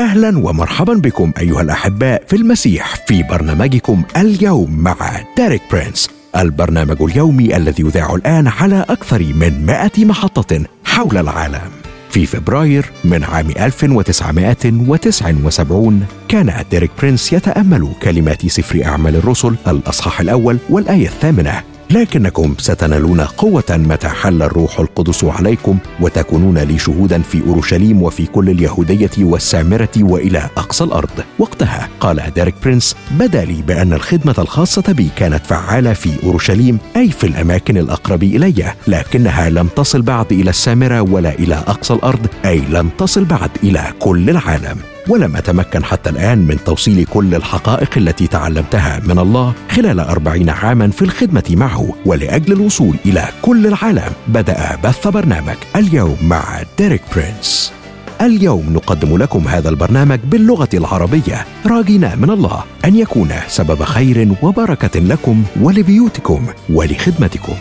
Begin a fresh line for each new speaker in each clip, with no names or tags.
أهلا ومرحبا بكم أيها الأحباء في المسيح في برنامجكم اليوم مع ديريك برينس، البرنامج اليومي الذي يذاع الآن على أكثر من 100 محطة حول العالم. في فبراير من عام 1979 كان ديريك برينس يتأمل كلمات سفر أعمال الرسل الأصحاح الأول والآية 8: لكنكم ستنالون قوة متى حل الروح القدس عليكم وتكونون لي شهودا في أورشليم وفي كل اليهودية والسامرة وإلى أقصى الأرض. وقتها قال ديريك برينس: بدا لي بأن الخدمة الخاصة بي كانت فعالة في أورشليم، أي في الأماكن الأقرب إلي، لكنها لم تصل بعد إلى السامرة ولا إلى أقصى الأرض، أي لم تصل بعد إلى كل العالم. ولم أتمكن حتى الآن من توصيل كل الحقائق التي تعلمتها من الله خلال 40 عاما في الخدمة معه، ولأجل الوصول إلى كل العالم بدأ بث برنامج اليوم مع ديريك برينس. اليوم نقدم لكم هذا البرنامج باللغة العربية، راجين من الله أن يكون سبب خير وبركة لكم ولبيوتكم ولخدمتكم.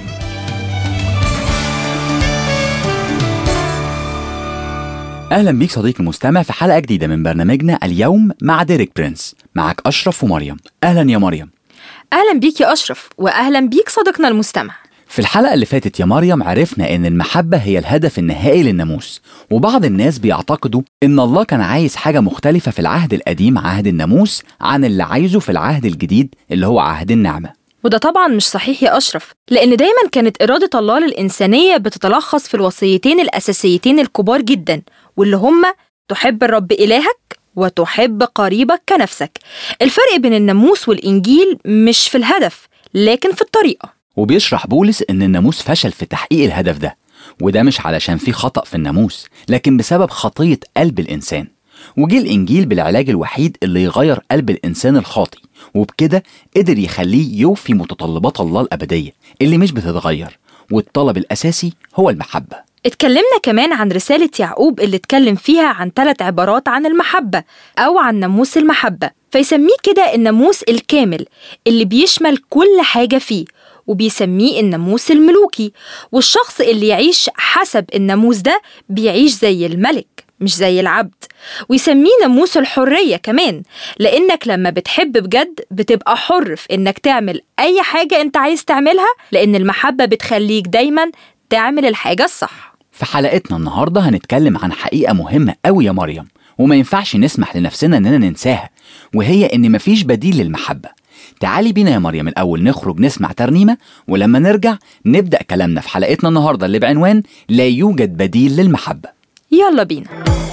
أهلا بيك صديقي المستمع في حلقة جديدة من برنامجنا اليوم مع ديريك برينس. معك أشرف ومريم. أهلا يا مريم.
أهلا بيك يا أشرف، وأهلا بيك صديقنا المستمع.
في الحلقة اللي فاتت يا مريم عرفنا إن المحبة هي الهدف النهائي للناموس، وبعض الناس بيعتقدوا إن الله كان عايز حاجة مختلفة في العهد القديم عهد الناموس عن اللي عايزه في العهد الجديد اللي هو عهد النعمة.
وده طبعا مش صحيح يا أشرف، لأن دايما كانت إرادة الله للإنسانية بتتلخص في الوصيتين الأساسيتين الكبار جدا، واللي هما تحب الرب إلهك وتحب قريبك كنفسك. الفرق بين الناموس والإنجيل مش في الهدف لكن في الطريقة.
وبيشرح بولس إن الناموس فشل في تحقيق الهدف ده، وده مش علشان في خطأ في الناموس لكن بسبب خطية قلب الإنسان. وجه الإنجيل بالعلاج الوحيد اللي يغير قلب الإنسان الخاطئ، وبكده قدر يخليه يوفي متطلبات الله الأبدية اللي مش بتتغير، والطلب الأساسي هو المحبة.
اتكلمنا كمان عن رسالة يعقوب اللي اتكلم فيها عن 3 عبارات عن المحبة أو عن ناموس المحبة، فيسميه كده الناموس الكامل اللي بيشمل كل حاجة فيه، وبيسميه الناموس الملوكي. والشخص اللي يعيش حسب الناموس ده بيعيش زي الملك مش زي العبد. ويسميه ناموس الحرية كمان، لأنك لما بتحب بجد بتبقى حر في إنك تعمل أي حاجة أنت عايز تعملها، لأن المحبة بتخليك دايما تعمل الحاجة الصح.
في حلقتنا النهاردة هنتكلم عن حقيقة مهمة قوي يا مريم، وما ينفعش نسمح لنفسنا إننا ننساها، وهي إن مفيش بديل للمحبة. تعالي بينا يا مريم الأول نخرج نسمع ترنيمة، ولما نرجع نبدأ كلامنا في حلقتنا النهاردة اللي بعنوان لا يوجد بديل للمحبة.
يلا بينا.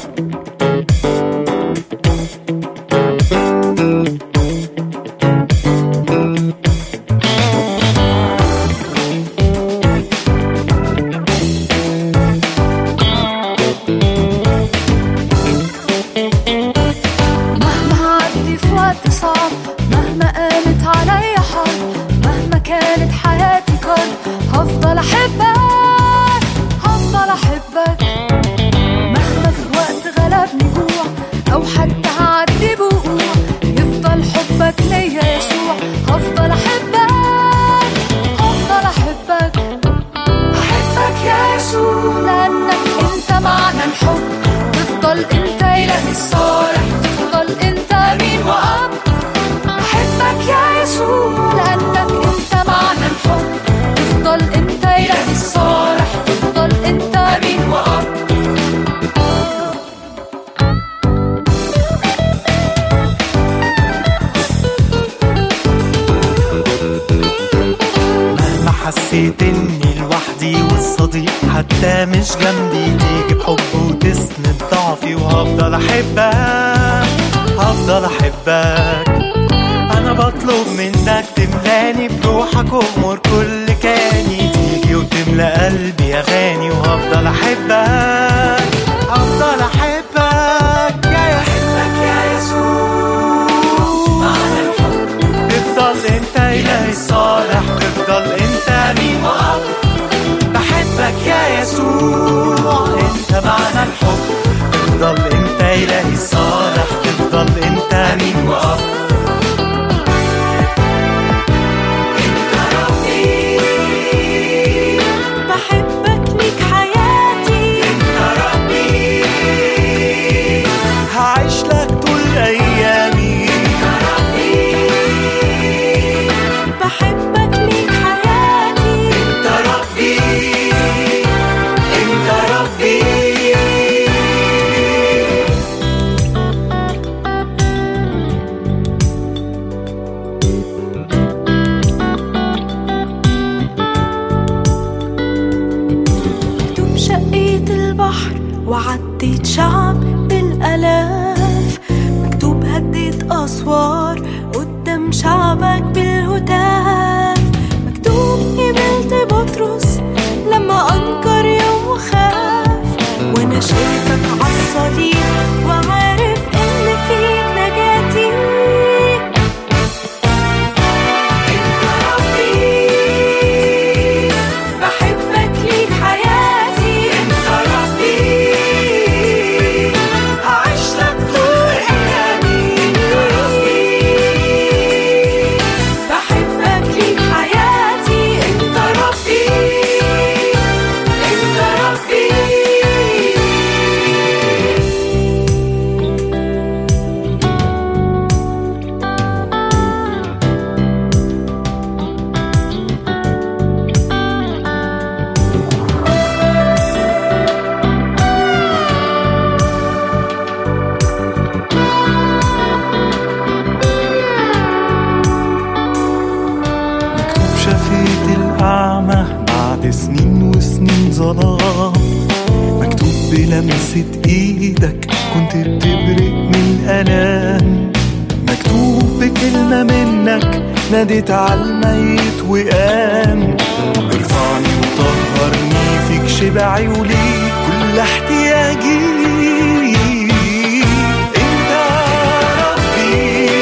هفضل أحبك هفضل أحبك مهما في وقت غلبني جوع أو حتى هعدي بوقوع، يفضل حبك ليا يسوع. هفضل أحبك هفضل أحبك أحبك يا يسوع، لأنك أنت معنى الحب. تفضل أنت إلهي الصالح، تفضل أنت أمين وأب. أحبك يا يسوع لأنك أنت معنى الحب. تفضل انت إلهي الصالح، تفضل انت أمين وأب.
مهما حسيت اني لوحدي والصديق حتى مش جنبي، تيجي بحب وتسند ضعفي، وهفضل أحبك هفضل أحبك. أنا بطلب منك تملاني بروحك وأمور كل كياني، تيجي وتملى قلبي أغاني، وهفضل أحبك هفضل أحبك يا يسوع معنى الحب. تفضل أنت إلهي الصالح، تفضل أنت أمين وأب. بحبك يا يسوع أنت معنى الحب. تفضل أنت إلهي الصالح، تفضل أنت أمين وأب.
بحبك ليك حياتي، انت وعديت شعب بالآلاف، مكتوب هديت أسوار قدام شعبك بالهتاف، مكتوب قبلت بطرس لما أنكر يوم وخاف، وأنا شايفك عالصليب وعارف إن فيك نجاتي. أنت ربي بحبك ليك حياتي، أنت ربي هعيش لك طول أيامي، أنت ربي بحبك ليك حياتي، أنت ربي أنت ربي.
مكتوب شفيت الأعمى بعد سنين وسنين ظلام، مكتوب بلمسة إيدك كنت بتبرق من الألام، مكتوب بكلمة منك ناديت عالميت وقام، ارفعني وطهرني فيك شبعي وليك كل احتياجي. انت ربي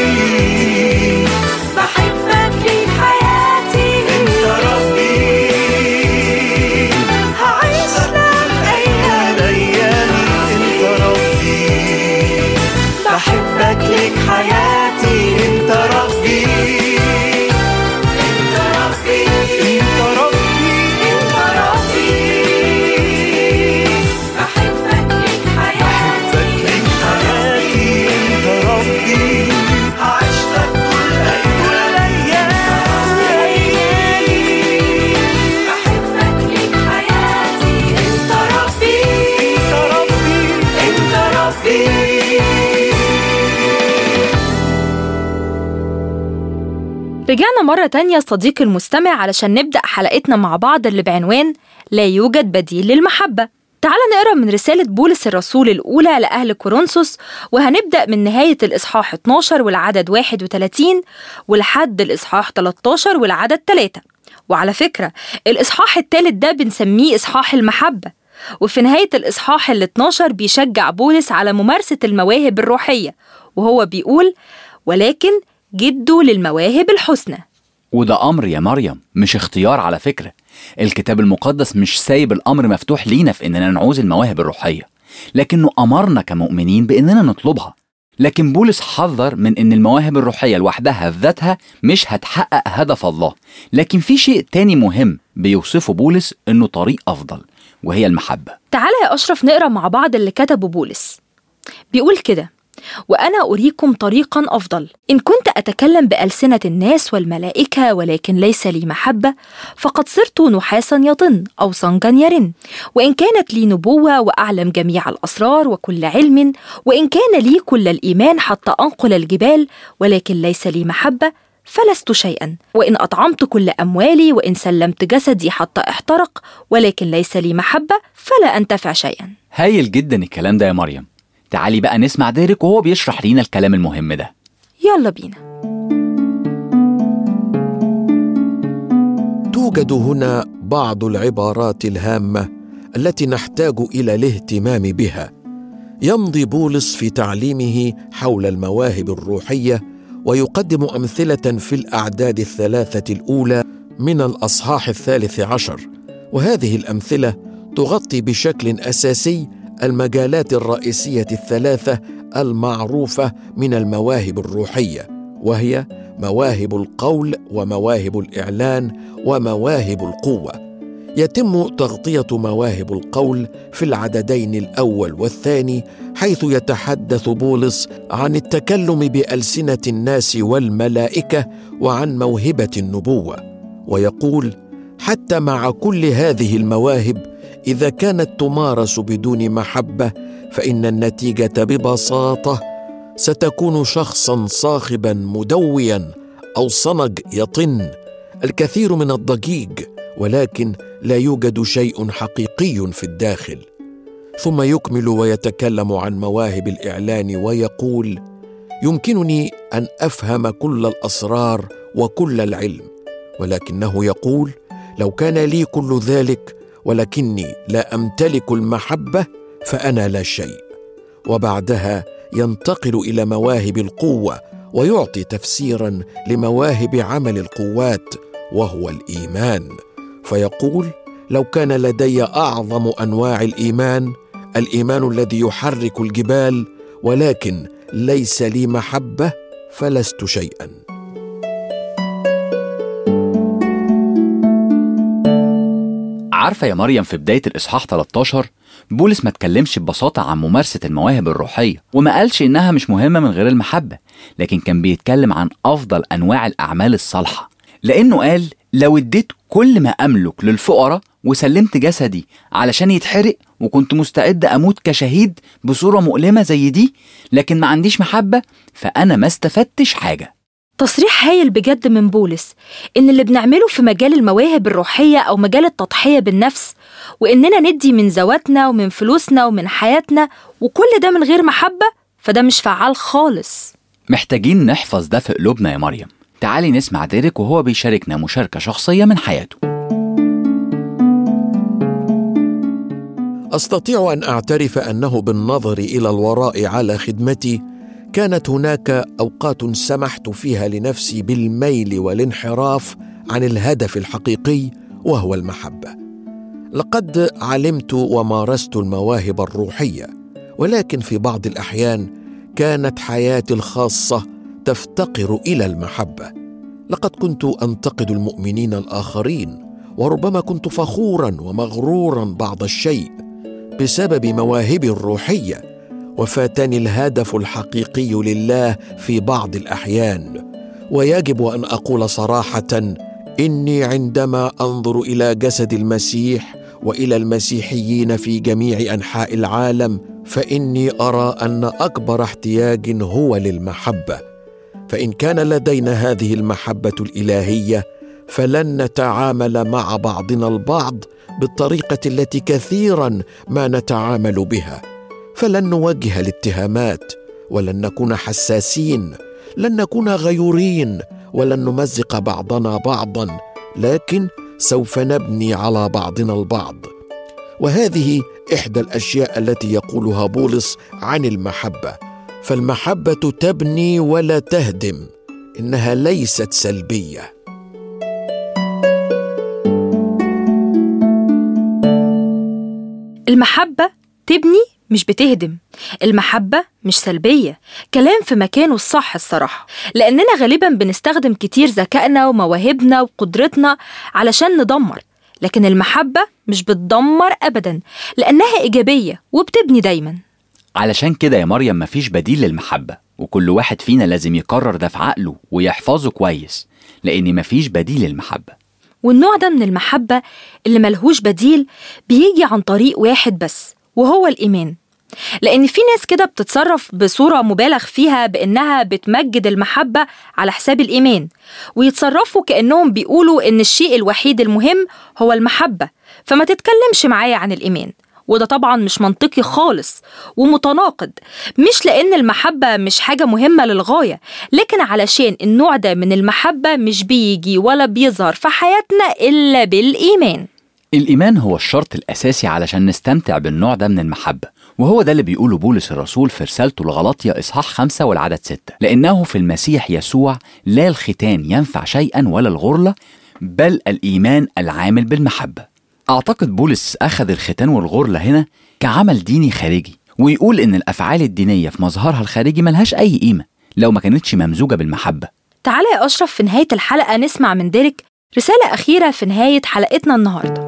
بحبك ليك حياتي،
انت ربي
هعيش لك
ايامي، انت ربي بحبك ليك حياتي، انت ربي
أنت ربي
انت ربي
أنت ربي بحبك ليك حياتي،
ليك حياتي، انت ربي هعيش لك كل ايامي،
بحبك ليك حياتي، أنت ربي
انت ربي
أنت ربي.
رجعنا مرة تانية صديقي المستمع علشان نبدأ حلقتنا مع بعض اللي بعنوان لا يوجد بديل للمحبة. تعال نقرأ من رسالة بولس الرسول الأولى لأهل كورنثوس، وهنبدأ من نهاية الإصحاح 12 والعدد 31 ولحد الإصحاح 13 والعدد 3. وعلى فكرة الإصحاح الثالث ده بنسميه إصحاح المحبة، وفي نهاية الإصحاح 12 بيشجع بولس على ممارسة المواهب الروحية، وهو بيقول ولكن جدوا للمواهب الحسنى.
وده أمر يا مريم، مش اختيار على فكرة. الكتاب المقدس مش سايب الأمر مفتوح لينا في إننا نعوز المواهب الروحية، لكنه أمرنا كمؤمنين بإننا نطلبها. لكن بولس حذر من إن المواهب الروحية لوحدها في ذاتها مش هتحقق هدف الله، لكن في شيء تاني مهم بيوصفه بولس إنه طريق أفضل، وهي المحبة.
تعالى يا أشرف نقرأ مع بعض اللي كتبه بولس. بيقول كده: وأنا أريكم طريقا أفضل، إن كنت أتكلم بألسنة الناس والملائكة ولكن ليس لي محبة، فقد صرت نحاسا يطن أو صنجا يرن. وإن كانت لي نبوة وأعلم جميع الأسرار وكل علم، وإن كان لي كل الإيمان حتى أنقل الجبال، ولكن ليس لي محبة، فلست شيئا. وإن أطعمت كل أموالي، وإن سلمت جسدي حتى احترق، ولكن ليس لي محبة، فلا أنتفع شيئا.
هايل جدا الكلام ده يا مريم. تعالي بقى نسمع ديريك وهو بيشرح لينا الكلام المهم ده.
يلا بينا.
توجد هنا بعض العبارات الهامة التي نحتاج إلى الاهتمام بها. يمضي بولس في تعليمه حول المواهب الروحية ويقدم أمثلة في الأعداد 3 الأولى من الأصحاح 13، وهذه الأمثلة تغطي بشكل أساسي المجالات الرئيسية 3 المعروفة من المواهب الروحية، وهي مواهب القول ومواهب الإعلان ومواهب القوة. يتم تغطية مواهب القول في العددين الأول والثاني، حيث يتحدث بولس عن التكلم بألسنة الناس والملائكة وعن موهبة النبوة، ويقول: حتى مع كل هذه المواهب إذا كانت تمارس بدون محبة، فإن النتيجة ببساطة ستكون شخصاً صاخباً مدوياً أو صنج يطن، الكثير من الضجيج ولكن لا يوجد شيء حقيقي في الداخل. ثم يكمل ويتكلم عن مواهب الإعلان ويقول: يمكنني أن أفهم كل الأسرار وكل العلم، ولكنه يقول: لو كان لي كل ذلك ولكني لا أمتلك المحبة فأنا لا شيء. وبعدها ينتقل إلى مواهب القوة ويعطي تفسيرا لمواهب عمل القوات وهو الإيمان، فيقول: لو كان لدي أعظم أنواع الإيمان الذي يحرك الجبال، ولكن ليس لي محبة فلست شيئا.
عارفة يا مريم، في بداية الإصحاح 13 بولس ما تكلمش ببساطة عن ممارسة المواهب الروحية، وما قالش إنها مش مهمة من غير المحبة، لكن كان بيتكلم عن أفضل أنواع الأعمال الصالحة، لأنه قال: لو اديت كل ما أملك للفقراء وسلمت جسدي علشان يتحرق وكنت مستعد أموت كشهيد بصورة مؤلمة زي دي، لكن ما عنديش محبة، فأنا ما استفدتش حاجة.
تصريح هايل بجد من بولس، إن اللي بنعمله في مجال المواهب الروحية أو مجال التضحية بالنفس، وإننا ندي من ذواتنا ومن فلوسنا ومن حياتنا، وكل ده من غير محبة، فده مش فعال خالص.
محتاجين نحفظ ده في قلوبنا يا مريم. تعالي نسمع ديريك وهو بيشاركنا مشاركة شخصية من حياته.
أستطيع أن أعترف أنه بالنظر إلى الوراء على خدمتي كانت هناك أوقات سمحت فيها لنفسي بالميل والانحراف عن الهدف الحقيقي وهو المحبة. لقد علمت ومارست المواهب الروحية، ولكن في بعض الأحيان كانت حياتي الخاصة تفتقر إلى المحبة. لقد كنت أنتقد المؤمنين الآخرين، وربما كنت فخوراً ومغروراً بعض الشيء بسبب مواهبي الروحية، وفاتني الهدف الحقيقي لله في بعض الأحيان. ويجب أن أقول صراحة إني عندما أنظر إلى جسد المسيح وإلى المسيحيين في جميع أنحاء العالم فإني أرى أن أكبر احتياج هو للمحبة. فإن كان لدينا هذه المحبة الإلهية فلن نتعامل مع بعضنا البعض بالطريقة التي كثيرا ما نتعامل بها، فلن نوجه الاتهامات، ولن نكون حساسين، لن نكون غيورين، ولن نمزق بعضنا بعضا، لكن سوف نبني على بعضنا البعض. وهذه إحدى الأشياء التي يقولها بولس عن المحبة، فالمحبة تبني ولا تهدم، إنها ليست سلبية.
المحبة تبني مش بتهدم، المحبة مش سلبية. كلام في مكانه الصح الصراحة، لأننا غالباً بنستخدم كتير ذكائنا ومواهبنا وقدرتنا علشان ندمر، لكن المحبة مش بتدمر أبداً، لأنها إيجابية وبتبني دايماً.
علشان كده يا مريم مفيش بديل للمحبة، وكل واحد فينا لازم يقرر ده في عقله ويحفظه كويس، لأن مفيش بديل للمحبة.
والنوع ده من المحبة اللي ملهوش بديل بيجي عن طريق واحد بس، وهو الإيمان. لأن في ناس كده بتتصرف بصورة مبالغ فيها بأنها بتمجد المحبة على حساب الإيمان، ويتصرفوا كأنهم بيقولوا إن الشيء الوحيد المهم هو المحبة، فما تتكلمش معايا عن الإيمان. وده طبعا مش منطقي خالص ومتناقض، مش لأن المحبة مش حاجة مهمة للغاية، لكن علشان النوع ده من المحبة مش بيجي ولا بيظهر في حياتنا إلا بالإيمان.
الإيمان هو الشرط الأساسي علشان نستمتع بالنوع ده من المحبة، وهو ده اللي بيقوله بولس الرسول في رسالته لغلاطيا إصحاح 5 والعدد 6: لأنه في المسيح يسوع لا الختان ينفع شيئا ولا الغرلة، بل الإيمان العامل بالمحبة. أعتقد بولس أخذ الختان والغرلة هنا كعمل ديني خارجي، ويقول إن الأفعال الدينية في مظهرها الخارجي ملهاش أي قيمة لو ما كانتش ممزوجة بالمحبة.
تعالى يا أشرف في نهاية الحلقة نسمع من ديريك رسالة أخيرة في نهاية حلقتنا النهاردة.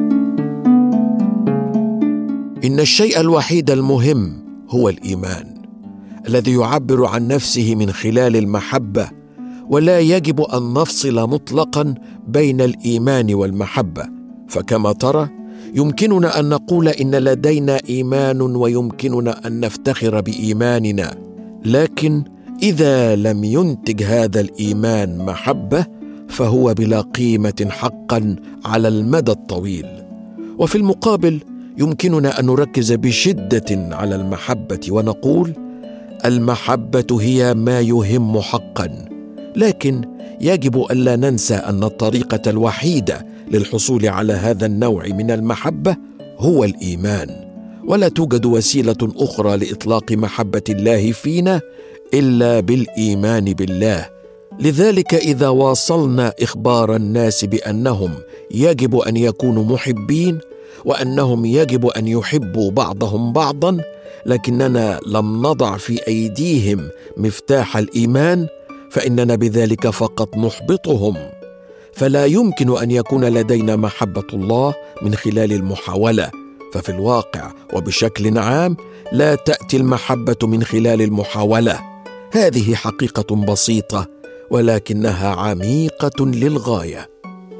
إن الشيء الوحيد المهم هو الإيمان الذي يعبر عن نفسه من خلال المحبة، ولا يجب أن نفصل مطلقا بين الإيمان والمحبة. فكما ترى يمكننا أن نقول إن لدينا إيمان ويمكننا أن نفتخر بإيماننا، لكن إذا لم ينتج هذا الإيمان محبة فهو بلا قيمة حقا على المدى الطويل. وفي المقابل يمكننا أن نركز بشدة على المحبة ونقول: المحبة هي ما يهم حقا. لكن يجب ألا ننسى أن الطريقة الوحيدة للحصول على هذا النوع من المحبة هو الإيمان، ولا توجد وسيلة أخرى لإطلاق محبة الله فينا إلا بالإيمان بالله. لذلك إذا واصلنا إخبار الناس بأنهم يجب أن يكونوا محبين وأنهم يجب أن يحبوا بعضهم بعضا، لكننا لم نضع في أيديهم مفتاح الإيمان، فإننا بذلك فقط نحبطهم. فلا يمكن أن يكون لدينا محبة الله من خلال المحاولة، ففي الواقع وبشكل عام لا تأتي المحبة من خلال المحاولة. هذه حقيقة بسيطة ولكنها عميقة للغاية.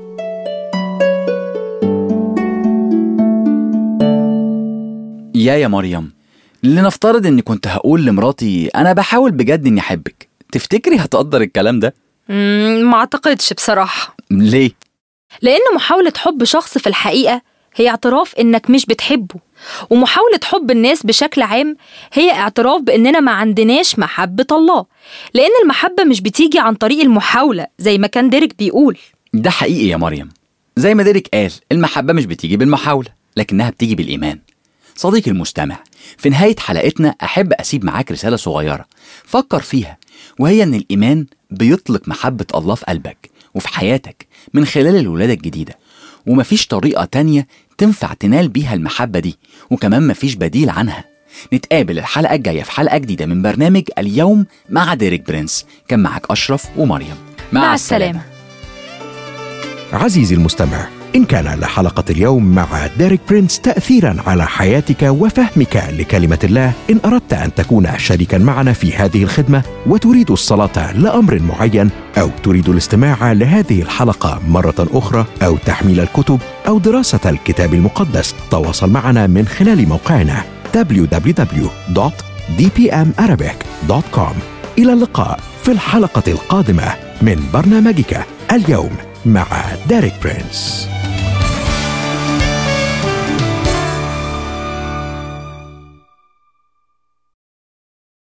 يا مريم، لنفترض اني كنت هقول لمراتي انا بحاول بجد اني احبك، تفتكري هتقدر الكلام ده؟
ما اعتقدش بصراحة.
ليه؟
لأن محاولة حب شخص في الحقيقة هي اعتراف إنك مش بتحبه، ومحاولة حب الناس بشكل عام هي اعتراف بإننا ما عندناش محبة الله، لأن المحبة مش بتيجي عن طريق المحاولة زي ما كان ديريك بيقول.
ده حقيقي يا مريم، زي ما ديريك قال المحبة مش بتيجي بالمحاولة لكنها بتيجي بالإيمان. صديقي المستمع، في نهاية حلقتنا أحب أسيب معاك رسالة صغيرة فكر فيها، وهي أن الإيمان بيطلق محبة الله في قلبك وفي حياتك من خلال الولادة الجديدة، ومفيش طريقة تانية تنفع تنال بيها المحبة دي، وكمان مفيش بديل عنها. نتقابل الحلقة الجاية في حلقة جديدة من برنامج اليوم مع ديريك برنس. كان معك أشرف ومريم.
مع السلامة.
عزيزي المستمع، إن كان لحلقة اليوم مع ديريك برنس تأثيراً على حياتك وفهمك لكلمة الله، إن أردت أن تكون شريكاً معنا في هذه الخدمة وتريد الصلاة لأمر معين، أو تريد الاستماع لهذه الحلقة مرة أخرى، أو تحميل الكتب أو دراسة الكتاب المقدس، تواصل معنا من خلال موقعنا www.dpmarabic.com. إلى اللقاء في الحلقة القادمة من برنامجك اليوم مع ديريك برنس.